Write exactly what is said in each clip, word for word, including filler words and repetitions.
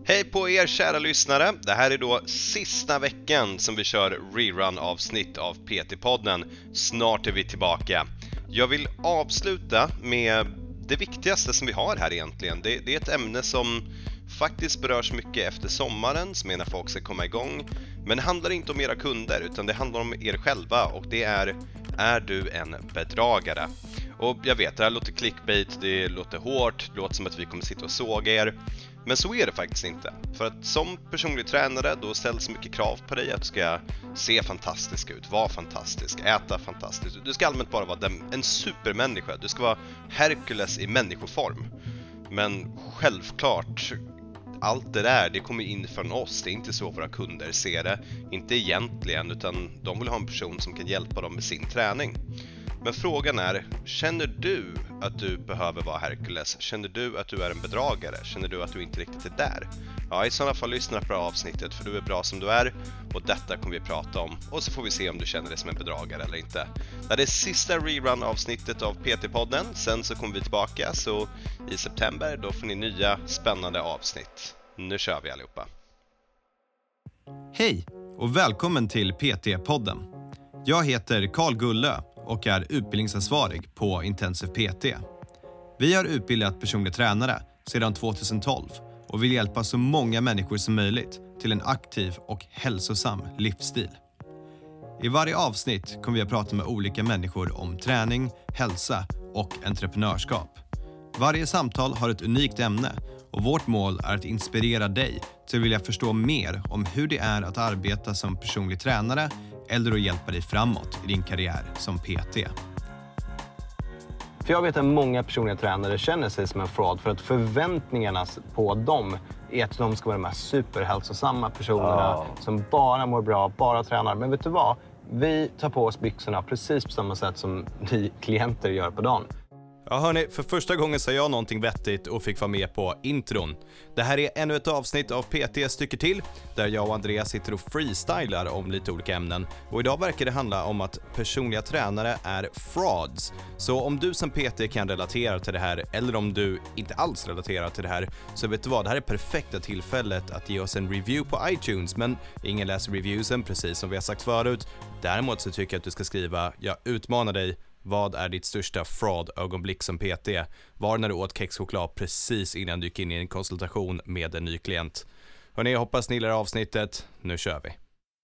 Hej på er kära lyssnare, det här är då sista veckan som vi kör rerun-avsnitt av P T-podden. Snart är vi tillbaka. Jag vill avsluta med det viktigaste som vi har här egentligen. Det, det är ett ämne som faktiskt berörs mycket efter sommaren, som är när folk ska komma igång. Men det handlar inte om era kunder, utan det handlar om er själva, och det är: är du en bedragare? Och jag vet, det här låter clickbait, det låter hårt, det låter som att vi kommer sitta och såga er. Men så är det faktiskt inte. För att som personlig tränare då ställs mycket krav på dig att du ska se fantastisk ut, vara fantastisk, äta fantastiskt. Du ska allmänt bara vara en supermänniska. Du ska vara Herkules i människoform. Men självklart, allt det där, det kommer in från oss. Det är inte så våra kunder ser det. Inte egentligen, utan de vill ha en person som kan hjälpa dem med sin träning. Men frågan är, känner du att du behöver vara Herkules? Känner du att du är en bedragare? Känner du att du inte riktigt är där? Ja, i sådana fall lyssna på avsnittet, för du är bra som du är. Och detta kommer vi prata om. Och så får vi se om du känner dig som en bedragare eller inte. Det här är sista rerun-avsnittet av P T-podden. Sen så kommer vi tillbaka, så i september då får ni nya spännande avsnitt. Nu kör vi allihopa. Hej och välkommen till P T-podden. Jag heter Carl Gullö och är utbildningsansvarig på Intensiv P T. Vi har utbildat personliga tränare sedan tjugohundratolv och vill hjälpa så många människor som möjligt till en aktiv och hälsosam livsstil. I varje avsnitt kommer vi att prata med olika människor om träning, hälsa och entreprenörskap. Varje samtal har ett unikt ämne, och vårt mål är att inspirera dig till att vilja förstå mer om hur det är att arbeta som personlig tränare eller att hjälpa dig framåt i din karriär som P T. För jag vet att många personliga tränare känner sig som en fraud, för att förväntningarna på dem är att de ska vara de här superhälsosamma personerna oh. som bara mår bra, bara tränar. Men vet du vad? Vi tar på oss byxorna precis på samma sätt som ni klienter gör på dagen. Ja hörni, för första gången sa jag någonting vettigt och fick vara med på intron. Det här är ännu ett avsnitt av P T stycker till, där jag och Andreas sitter och freestylar om lite olika ämnen. Och idag verkar det handla om att personliga tränare är frauds. Så om du som P T kan relatera till det här, eller om du inte alls relaterar till det här, så vet du vad, det här är perfekta tillfället att ge oss en review på iTunes. Men ingen läser reviewsen, precis som vi har sagt förut. Däremot så tycker jag att du ska skriva: jag utmanar dig. Vad är ditt största fraud-ögonblick som P T? Var när du åt kexchoklad precis innan du gick in i en konsultation med en ny klient? Hörrni, jag hoppas ni gillar avsnittet. Nu kör vi.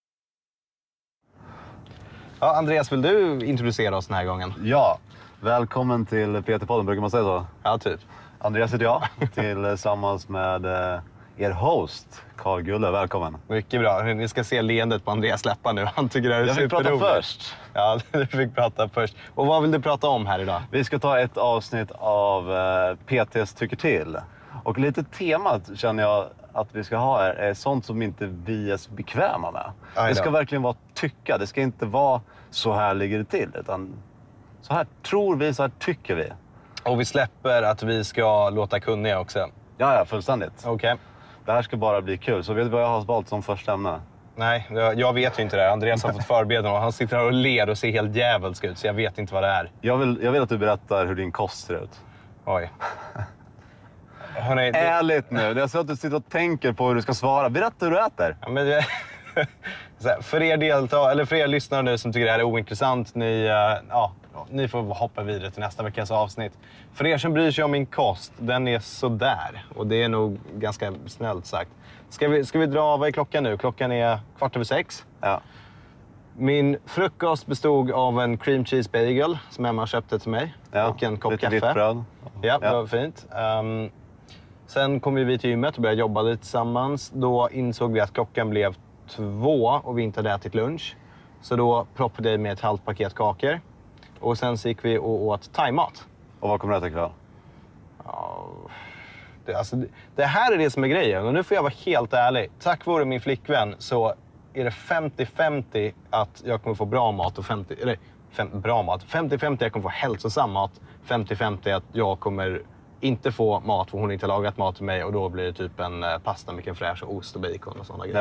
Ja, Andreas, vill du introducera oss den här gången? Ja, välkommen till P T-podden, brukar man säga så? Ja, typ. Andreas heter jag, tillsammans med er host, Carl Gullö. Välkommen. Mycket bra. Ni ska se leendet på Andreas läppar nu. Han tycker det är superroligt. Jag fick prata först. Ja, du fick prata först. Och vad vill du prata om här idag? Vi ska ta ett avsnitt av P T:s tycker till. Och lite temat känner jag att vi ska ha här är sånt som inte vi är så bekväma med. Det ska verkligen vara tycka. Det ska inte vara så här ligger det till. Utan så här tror vi, så här tycker vi. Och vi släpper att vi ska låta kunniga också. Ja, ja, fullständigt. Okej. Okay. Det här ska bara bli kul. Så vet du vad jag har valt som första ämne? Nej, jag vet ju inte det. Andreas har fått förbereda och han sitter här och ler och ser helt djävulsk ut, så jag vet inte vad det är. Jag vill, jag vill att du berättar hur din kost ser ut. Oj. Hörrni, du... Ärligt nu. Jag ser att du sitter och tänker på hur du ska svara. Berätta hur du äter. Ja, men det... så här, för er deltagare, eller för er lyssnare nu som tycker det här är ointressant, ni, ja, ni får hoppa vidare till nästa veckas avsnitt. För er som bryr sig om min kost, den är sådär. Och det är nog ganska snällt sagt. Ska vi, ska vi dra, vad är klockan nu? Klockan är kvart över sex. Ja. Min frukost bestod av en cream cheese bagel som Emma köpte till mig. Ja, och en kopp lite kaffe. Ditt bröd. Ja, det var fint. Um, sen kom vi till gymmet och började jobba lite tillsammans. Då insåg vi att klockan blev två och vi inte hade ätit lunch. Så då proppade jag med ett halvt paket kakor. Och sen så gick vi och åt thaimat. Och vad kommer du äta ikväll? Ja, det, alltså, det, det här är det som är grejen. Och nu får jag vara helt ärlig. Tack vare min flickvän så är det femtio femtio att jag kommer få bra mat. Och femtio, eller fem, bra mat. femtio femtio jag kommer få hälsosam mat. femtio femtio att jag kommer inte få mat för hon inte har lagat mat till mig. Och då blir det typ en pasta med crème fraîche och ost och bacon och sådana grejer. Ja.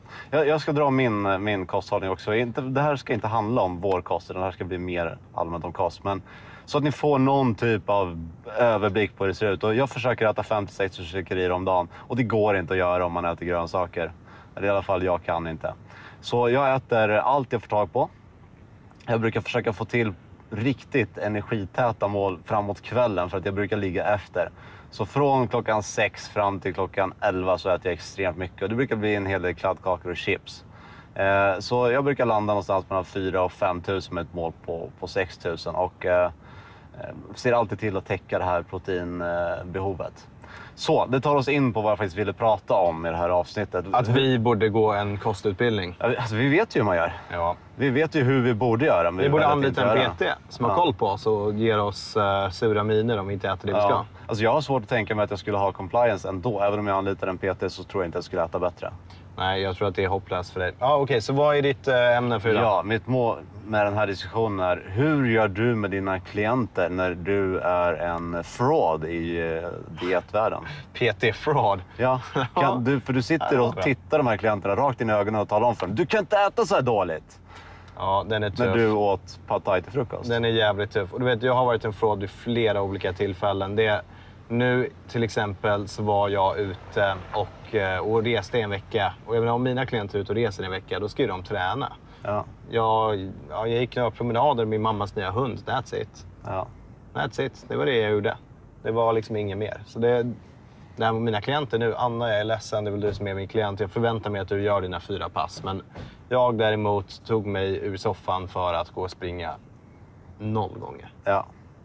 Jag, jag ska dra min, min kosthållning också. Inte, det här ska inte handla om vår kost, det här ska bli mer allmänt om kost. Men så att ni får någon typ av överblick på hur det ser ut. Och jag försöker äta fem till sex kalorier om dagen. Och det går inte att göra om man äter grönsaker. Eller i alla fall jag kan inte. Så jag äter allt jag får tag på. Jag brukar försöka få till riktigt energitäta mål framåt kvällen för att jag brukar ligga efter. Så från klockan sex fram till klockan elva så äter jag extremt mycket. Och det brukar bli en hel del kladdkakor och chips. Eh, så jag brukar landa någonstans mellan fyra och fem tusen med ett mål på, på sex tusen. Och eh, ser alltid till att täcka det här proteinbehovet. Så, det tar oss in på vad jag faktiskt ville prata om i det här avsnittet. Att vi borde gå en kostutbildning. Alltså, vi vet ju hur man gör. Ja. Vi vet ju hur vi borde göra. Vi, vi borde anlita en P T som har ja. koll på oss och ger oss uh, sura miner om vi inte äter det vi ska. Ja. Alltså, jag har svårt att tänka mig att jag skulle ha compliance ändå. Även om jag anlitar en P T så tror jag inte att jag skulle äta bättre. Nej, jag tror att det är hopplöst för dig. Ja, okej, okay, så vad är ditt uh, ämne för idag? Ja, mitt mål med den här diskussionen är: hur gör du med dina klienter när du är en fraud i uh, dietvärlden? P T-fraud? Ja, kan du, för du sitter och tittar de här klienterna rakt in i ögonen och talar om för dem: du kan inte äta så här dåligt. Ja, den är tuff. När du åt pad thai till frukost. Den är jävligt tuff. Och du vet, jag har varit en fraud vid flera olika tillfällen. Det, nu till exempel så var jag ute och, och reste en vecka. Och jag menar, om mina klienter är ute och reser en vecka, då ska ju de träna. Ja. Jag, ja, jag gick några promenader med min mammas nya hund. That's it. Ja. That's it. Det var det jag gjorde. Det var liksom inget mer. Så det, det här med mina klienter nu. Anna, jag är ledsen. Det är väl du som är min klient. Jag förväntar mig att du gör dina fyra pass. Men jag däremot tog mig ur soffan för att gå och springa noll gånger. Ja.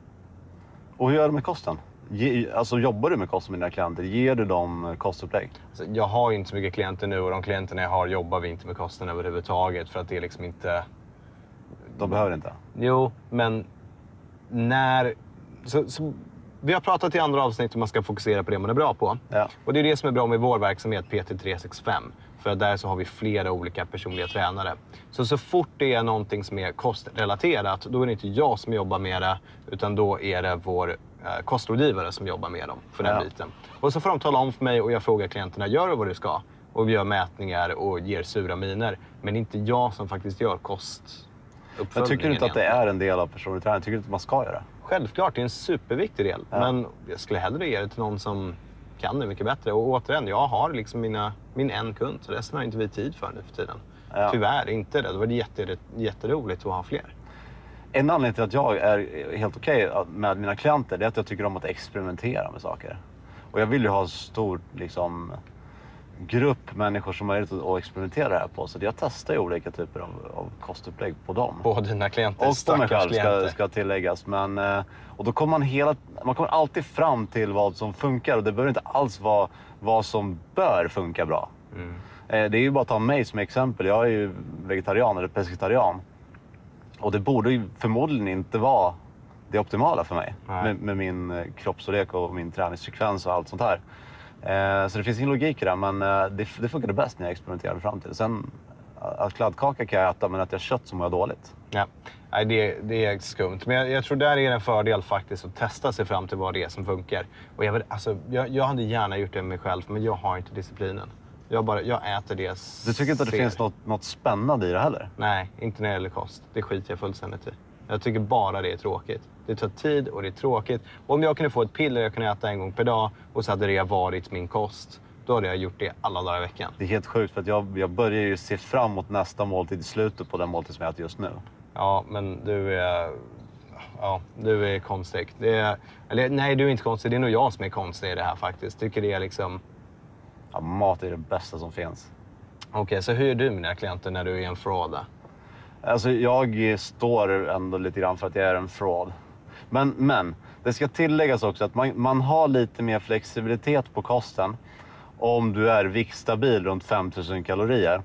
Och hur gör du med kosten? Ge, alltså jobbar du med kost med dina klienter? Ger du dem kostupplägg? Alltså, jag har ju inte så mycket klienter nu och de klienterna jag har jobbar vi inte med kosten överhuvudtaget. För att det är liksom inte... De behöver inte? Jo, men när... Så, så... Vi har pratat i andra avsnitt hur man ska fokusera på det man är bra på. Ja. Och det är det som är bra med vår verksamhet P T tre sextiofem. För där så har vi flera olika personliga tränare. Så så fort det är någonting som är kostrelaterat, då är det inte jag som jobbar med det. Utan då är det vår eh, kostrådgivare som jobbar med dem för den ja. biten. Och så får de tala om för mig och jag frågar klienterna: gör du vad du ska? Och vi gör mätningar och ger sura miner. Men det är inte jag som faktiskt gör kostuppföljningen. Men tycker du inte att det är en del av personlig träning? Tycker du inte att man ska göra det? Självklart, det är en superviktig del. Ja. Men jag skulle hellre ge det till någon som kan det mycket bättre. Och återigen, jag har liksom mina, min en kund. Så resten har inte vi tid för nu för tiden. Ja. Tyvärr inte det. Det var jätte, jätteroligt att ha fler. En anledning till att jag är helt okej okay med mina klienter, det är att jag tycker om att experimentera med saker. Och jag vill ju ha en stor liksom, grupp människor som har möjlighet att experimentera det här på. Så jag testar ju olika typer av, av kostupplägg på dem. På dina klienter? Och på mig själv ska, ska tilläggas. Men, och då kommer man, hela, man kommer alltid fram till vad som funkar. Och det behöver inte alls vara vad som bör funka bra. Mm. Det är ju bara att ta mig som exempel. Jag är ju vegetarian eller pescetarian. Och det borde ju förmodligen inte vara det optimala för mig. Med, med min kroppsstorlek och min träningsfrekvens och allt sånt här. Så det finns ingen logik i det, men det, det funkade bäst när jag experimenterade fram till det. Sen att kladdkaka kan jag äta, men att jag kött så mår jag dåligt. Ja, nej, det, det är skumt. Men jag, jag tror där är en fördel faktiskt att testa sig fram till vad det är som funkar. Och jag, vet, alltså, jag, jag hade gärna gjort det med mig själv, men jag har inte disciplinen. Jag, bara, jag äter det. Du tycker inte att det finns något, något spännande i det heller? Nej, inte när det gäller kost. Det skiter jag fullständigt i. Jag tycker bara det är tråkigt. Det tar tid och det är tråkigt. Och om jag kunde få ett piller jag kunde äta en gång per dag och så hade det varit min kost, då hade jag gjort det alla dagar i veckan. Det är helt sjukt för att jag, jag börjar ju se fram emot nästa måltid i slutet på den måltid som jag äter just nu. Ja, men du är... Ja, du är konstig. Det är, eller, nej, du är inte konstig. Det är nog jag som är konstig i det här faktiskt. Tycker det är liksom... Ja, mat är det bästa som finns. Okej, okay, så hur är du med dina klienter när du är en fraud? Alltså jag står ändå lite grann för att jag är en fraud. Men, men det ska tilläggas också att man, man har lite mer flexibilitet på kosten om du är viktstabil runt fem tusen kalorier.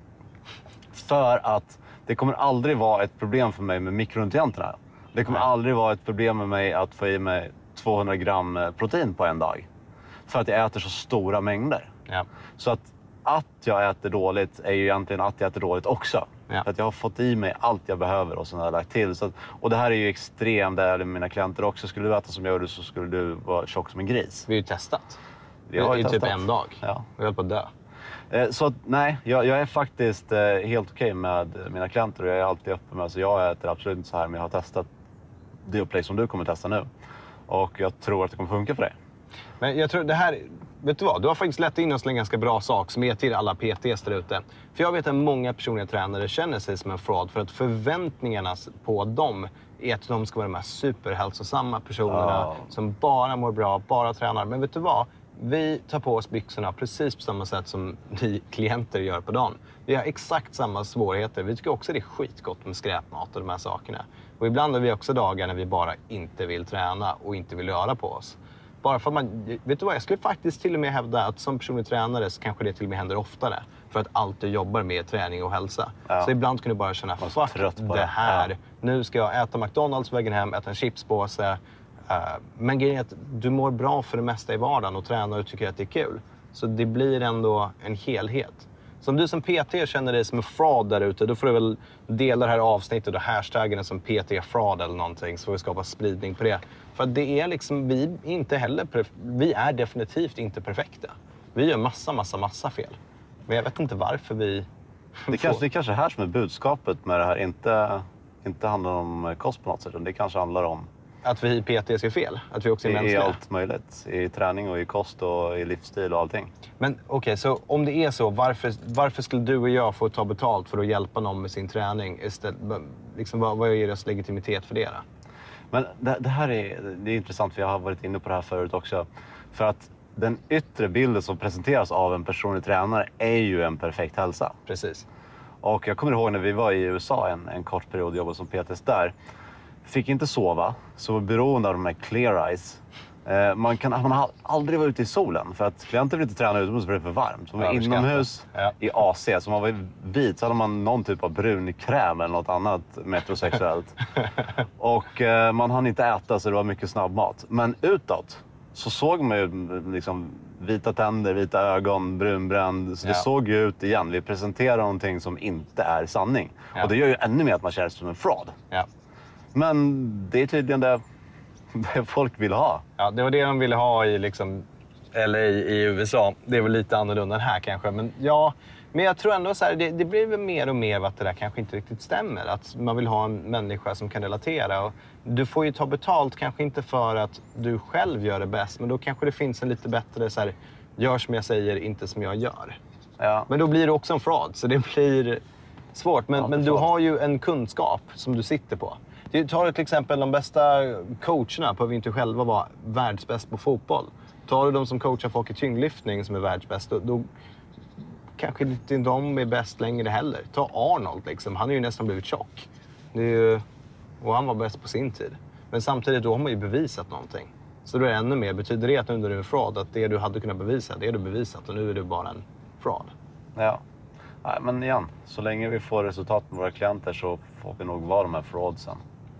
För att det kommer aldrig vara ett problem för mig med mikronutrienterna. Det kommer Nej. aldrig vara ett problem med mig att få i mig tvåhundra gram protein på en dag. För att jag äter så stora mängder. Ja. Så att, att jag äter dåligt är ju egentligen att jag äter dåligt också. Ja. För att jag har fått i mig allt jag behöver och sen har jag lagt till. Så att, och det här är ju extremt, det är mina klienter också. Skulle du äta som jag gjorde så skulle du vara tjock som en gris. Vi har ju testat. Vi har ju I testat. typ en dag. Ja. Vi höll på att dö. Eh, så att, nej, jag, jag är faktiskt eh, helt okej med mina klienter och jag är alltid öppen med. Så jag äter absolut inte så här, men jag har testat det upplägg som du kommer testa nu. Och jag tror att det kommer funka för dig. Men jag tror det här, vet du vad? Du har faktiskt lett in oss en ganska bra sak som är till alla P T:s där ute. För jag vet att många personliga tränare känner sig som en fraud för att förväntningarna på dem är att de ska vara de här superhälsosamma personerna oh. som bara mår bra, bara tränar. Men vet du vad? Vi tar på oss byxorna precis på samma sätt som ni klienter gör på dagen. Vi har exakt samma svårigheter. Vi tycker också det är skitgott med skräpmat och de här sakerna. Och ibland har vi också dagar när vi bara inte vill träna och inte vill röra på oss. Bara för att man, vet du vad, jag skulle faktiskt till och med hävda att som personlig tränare så kanske det till och med händer oftare. För att alltid jobbar med träning och hälsa. Ja. Så ibland kan du bara känna, fuck det, det här. Ja. Nu ska jag äta McDonalds på vägen hem, äta en chipspåse. Uh, men grejen är att du mår bra för det mesta i vardagen och tränar och tycker att det är kul. Så det blir ändå en helhet. Så om du som P T känner dig som en fraud där ute, då får du väl dela det här avsnittet och hashtaggen som P T-fraud eller någonting, så får vi skapa spridning på det. För att det är liksom, vi är inte heller, vi är definitivt inte perfekta. Vi gör massa, massa, massa fel. Men jag vet inte varför vi... Det kanske, det kanske är här som är budskapet med det här. Inte, inte handlar om kost på något sätt, det kanske handlar om... Att vi P T ska fel? Att vi också är mänskliga? I allt möjligt. I träning och i kost och i livsstil och allting. Men okej, okay, så om det är så, varför, varför skulle du och jag få ta betalt för att hjälpa någon med sin träning? Istället, liksom, vad, vad är deras legitimitet för det då? Men det, det här är, det är intressant, för jag har varit inne på det här förut också. För att den yttre bilden som presenteras av en personlig tränare är ju en perfekt hälsa. Precis. Och jag kommer ihåg när vi var i U S A en, en kort period och jobbade som P T S där. Fick inte sova, så var beroende av de här clear eyes. Eh, man, kan, man har aldrig varit ute i solen, för att klienter vill inte träna utomhus för det är för varmt. Så man var inomhus ja. i A C, så man var vit, så hade man någon typ av brun kräm eller något annat metrosexuellt. Och eh, man hann inte äta, så det var mycket snabbmat. Men utåt så såg man ju liksom vita tänder, vita ögon, brunbränd. Så det ja. såg ju ut igen. Vi presenterar någonting som inte är sanning. Ja. Och det gör ju ännu mer att man känner sig som en fraud. Ja. Men det är tydligen det, det folk vill ha. Ja, det var det de ville ha i liksom L A i U S A. Det är väl lite annorlunda än här kanske. Men ja, men jag tror ändå så här, det, det blir väl mer och mer att det där kanske inte riktigt stämmer. Att man vill ha en människa som kan relatera. Och du får ju ta betalt, kanske inte för att du själv gör det bäst. Men då kanske det finns en lite bättre så här, gör som jag säger, inte som jag gör. Ja. Men då blir det också en fraud, så det blir svårt. Men, ja, men du har ju en kunskap som du sitter på. Tar du till exempel de bästa coacherna, behöver inte själva vara världsbäst på fotboll. Tar du de som coachar folk i tyngdlyftning som är världsbäst, då, då kanske inte de är bäst längre heller. Ta Arnold liksom, han är ju nästan blivit tjock. Det är ju, och han var bäst på sin tid. Men samtidigt då har man ju bevisat någonting. Så då är det ännu mer, betyder det att nu när du är en fraud, att det du hade kunnat bevisa, det är du bevisat och nu är du bara en fraud. Ja. Nej, men igen, så länge vi får resultat med våra klienter så får vi nog vara de här fraudsen.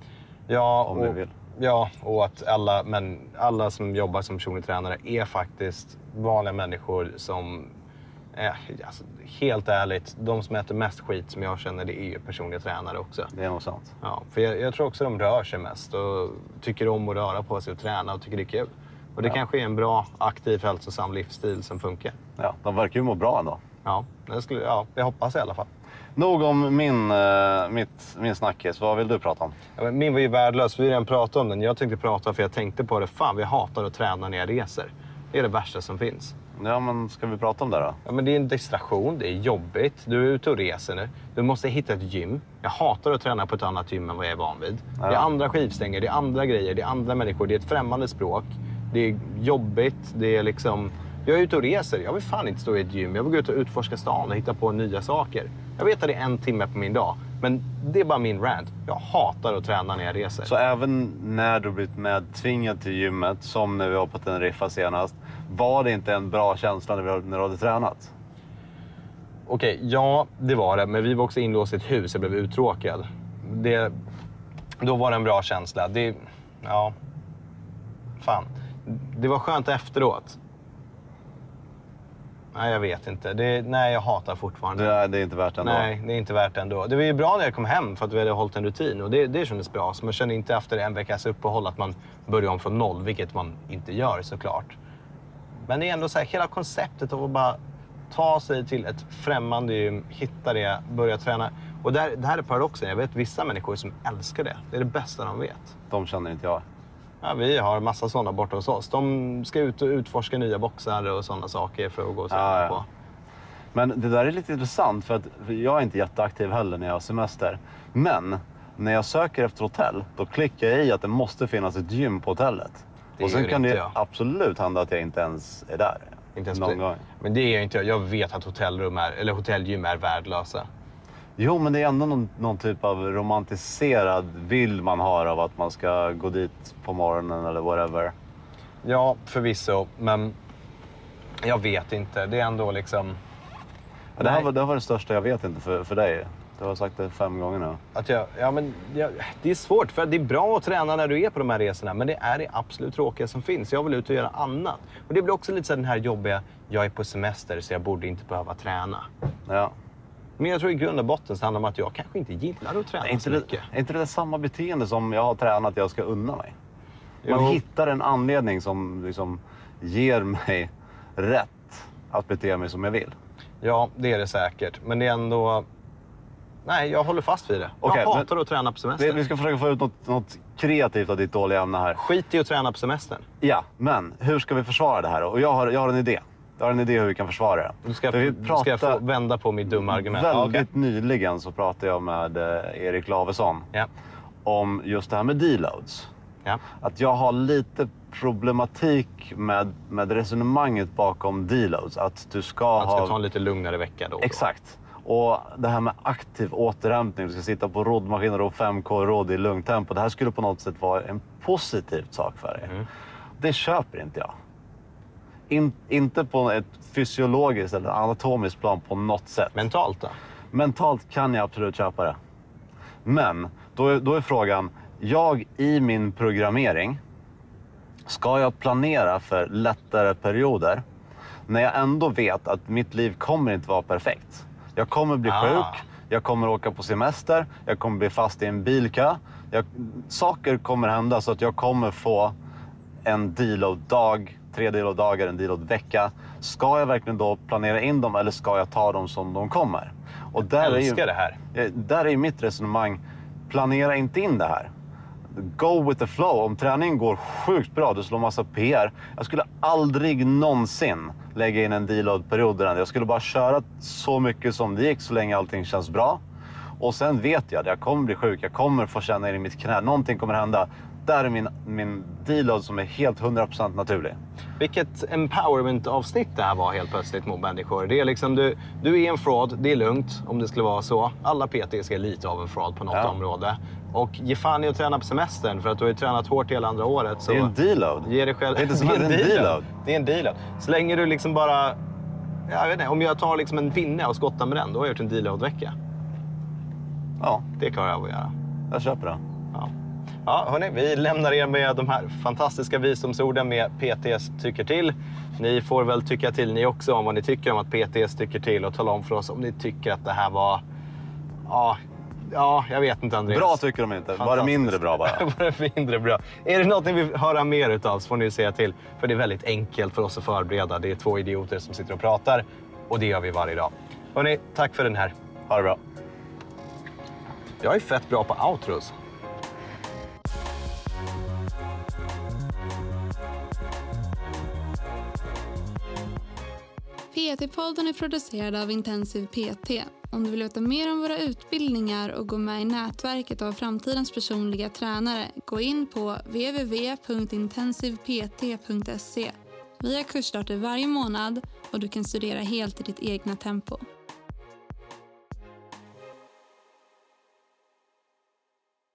Ja, om och, vi vill. Ja, och att alla, men alla som jobbar som personlig tränare är faktiskt vanliga människor som, eh, alltså, helt ärligt, de som äter mest skit som jag känner, det är ju personliga tränare också. Det är nog sant. Ja, för jag, jag tror också de rör sig mest och tycker om att röra på sig och träna och tycker det är kul. Och det ja. kanske är en bra, aktiv, hälsosam livsstil som funkar. Ja, de verkar ju må bra ändå. Ja, det skulle, ja, jag hoppas i alla fall. Nog om min, uh, mitt, min snackis. Vad vill du prata om? Ja, men min var ju värdelös. Vi har redan pratat om den. Jag tänkte prata för jag tänkte på det. Fan, vi hatar att träna när jag reser. Det är det värsta som finns. Ja, men ska vi prata om det då? Ja, men det är en distraktion. Det är jobbigt. Du är ute och reser nu. Du måste hitta ett gym. Jag hatar att träna på ett annat gym än vad jag är van vid. Ja. Det är andra skivstänger, det är andra grejer, det är andra människor. Det är ett främmande språk. Det är jobbigt. Det är liksom... Jag är ute och reser. Jag vill fan inte stå i ett gym. Jag vill gå ut och utforska stan och hitta på nya saker. Jag vet att det är en timme på min dag. Men det är bara min rant. Jag hatar att träna när jag reser. Så även när du blivit medtvingad till gymmet, som när vi var på Teneriffa senast, var det inte en bra känsla när, vi, när du hade tränat? Okej, okay, ja det var det. Men vi var också inlåst i ett hus. Jag blev uttråkad. Det, då var det en bra känsla. Det, ja, fan. Det var skönt efteråt. Nej, jag vet inte. Det, nej, jag hatar fortfarande. Det är, det är inte värt ändå. Nej, det är inte värt ändå. Det var ju bra när jag kom hem för att vi hade hållit en rutin. Och det, det kändes bra. Så man känner inte efter en veckas uppehåll att man börjar om från noll. Vilket man inte gör såklart. Men det är ändå så här, hela konceptet av att bara Ta sig till ett främmande gym, hitta det, börja träna. Och där, det här är paradoxen. Jag vet vissa människor som älskar det. Det är det bästa de vet. De känner inte jag. Ja, vi har massa sådana borta hos oss. De ska ut och utforska nya boxar och sådana saker för att gå och träna Ja, ja. på. Men det där är lite intressant för att för jag är inte jätteaktiv heller när jag har semester. Men när jag söker efter hotell, då klickar jag i att det måste finnas ett gym på hotellet. Det och sen gör kan inte det jag. absolut hända att jag inte ens är där. Inte ens någon det. gång. Men det är jag inte jag. Jag vet att hotellrum är, eller hotellgym är värdelösa. Jo, men det är ändå någon, någon typ av romantiserad bild man har av att man ska gå dit på morgonen eller whatever. Ja, förvisso. Men jag vet inte. Det är ändå liksom... Ja, det, här Nej. var, det här var det största jag vet inte för, för dig. Du har sagt det fem gånger nu. Att jag, ja, men jag, det är svårt, för det är bra att träna när du är på de här resorna, men det är det absolut tråkiga som finns. Jag vill ut och göra annat. Och det blir också lite så den här jobbiga, jag är på semester så jag borde inte behöva träna. Ja. Men jag tror i grund och botten så handlar det om att jag kanske inte gillar att träna Är inte, så det, mycket. är inte det samma beteende som jag har tränat jag ska unna mig? Man Jo. hittar en anledning som liksom ger mig rätt att bete mig som jag vill. Ja, det är det säkert. Men det är ändå... Nej, jag håller fast vid det. Jag Okej, hatar men- att träna på semester. Vi, vi ska försöka få ut något, något kreativt av ditt dåliga ämne här. Skit i att träna på semestern. Ja, men hur ska vi försvara det här då? Och jag har, jag har en idé. Jag har en idé hur vi kan försvara det. Nu ska, För vi jag, nu ska jag få pratade- vända på mitt dumma argument. Väldigt Ja, okej. nyligen så pratade jag med eh, Erik Lavesson Ja. om just det här med deloads. Ja. Att jag har lite problematik med, med resonemanget bakom deloads. Att du ska, Man ska ha... ta en lite lugnare vecka då. och då. Exakt. Och det här med aktiv återhämtning. Du ska sitta på roddmaskiner och fem K-rodd i lugnt tempo. Det här skulle på något sätt vara en positiv sak för dig. Mm. Det köper inte jag. In, inte på ett fysiologiskt eller anatomiskt plan på något sätt. Mentalt då? Mentalt kan jag absolut köpa det. Men då är, då är frågan, jag i min programmering, ska jag planera för lättare perioder när jag ändå vet att mitt liv kommer inte vara perfekt? Jag kommer bli Ah. sjuk, jag kommer åka på semester, jag kommer bli fast i en bilkö. Jag, saker kommer hända så att jag kommer få en deload-dag, tre deload-dagar, en deload-vecka. Ska jag verkligen då planera in dem eller ska jag ta dem som de kommer? Och där Jag är ju, älskar det här. eh, där är ju mitt resonemang, planera inte in det här. Go with the flow. Om träningen går sjukt bra, du slår massa P R. Jag skulle aldrig någonsin lägga in en deload-period där. Jag skulle bara köra så mycket som det gick så länge allting känns bra. Och sen vet jag att jag kommer bli sjuk, jag kommer få känna i mitt knä, någonting kommer hända. Där är min, min deload som är helt hundra procent naturlig. Vilket empowerment-avsnitt det här var helt plötsligt mot människor. Det är liksom, du, du är en fraud, det är lugnt om det skulle vara så. Alla P T:s är lite av en fraud på något Ja. område. Och ge fan i att träna på semestern, för att du har ju tränat hårt hela andra året. Så Det är en deload. ge dig själv... Det är inte som att det är en deload. Det är en deload. Så länge du liksom bara... Jag vet inte, om jag tar liksom en pinne och skottar med den, då har jag gjort en deload-vecka. Ja, Det klarar jag av att göra. jag köper det. Ja. Ja, hörni, vi lämnar er med de här fantastiska visdomsorden med P T:s tycker till. Ni får väl tycka till ni också om vad ni tycker om att P T:s tycker till och tala om för oss om ni tycker att det här var... Ja, ja jag vet inte, Andreas. Bra tycker de inte, bara Fantastiskt. mindre bra bara. Bara mindre bra. Är det något ni vill höra mer utav så får ni säga till. För det är väldigt enkelt för oss att förbereda. Det är två idioter som sitter och pratar och det gör vi varje dag. Hörni, tack för den här. Ha det bra. Jag är fett bra på outros. P T-podden är producerad av Intensiv P T. Om du vill veta mer om våra utbildningar och gå med i nätverket av framtidens personliga tränare, gå in på w w w punkt intensivpt punkt se. Vi har kursstarter varje månad och du kan studera helt i ditt egna tempo.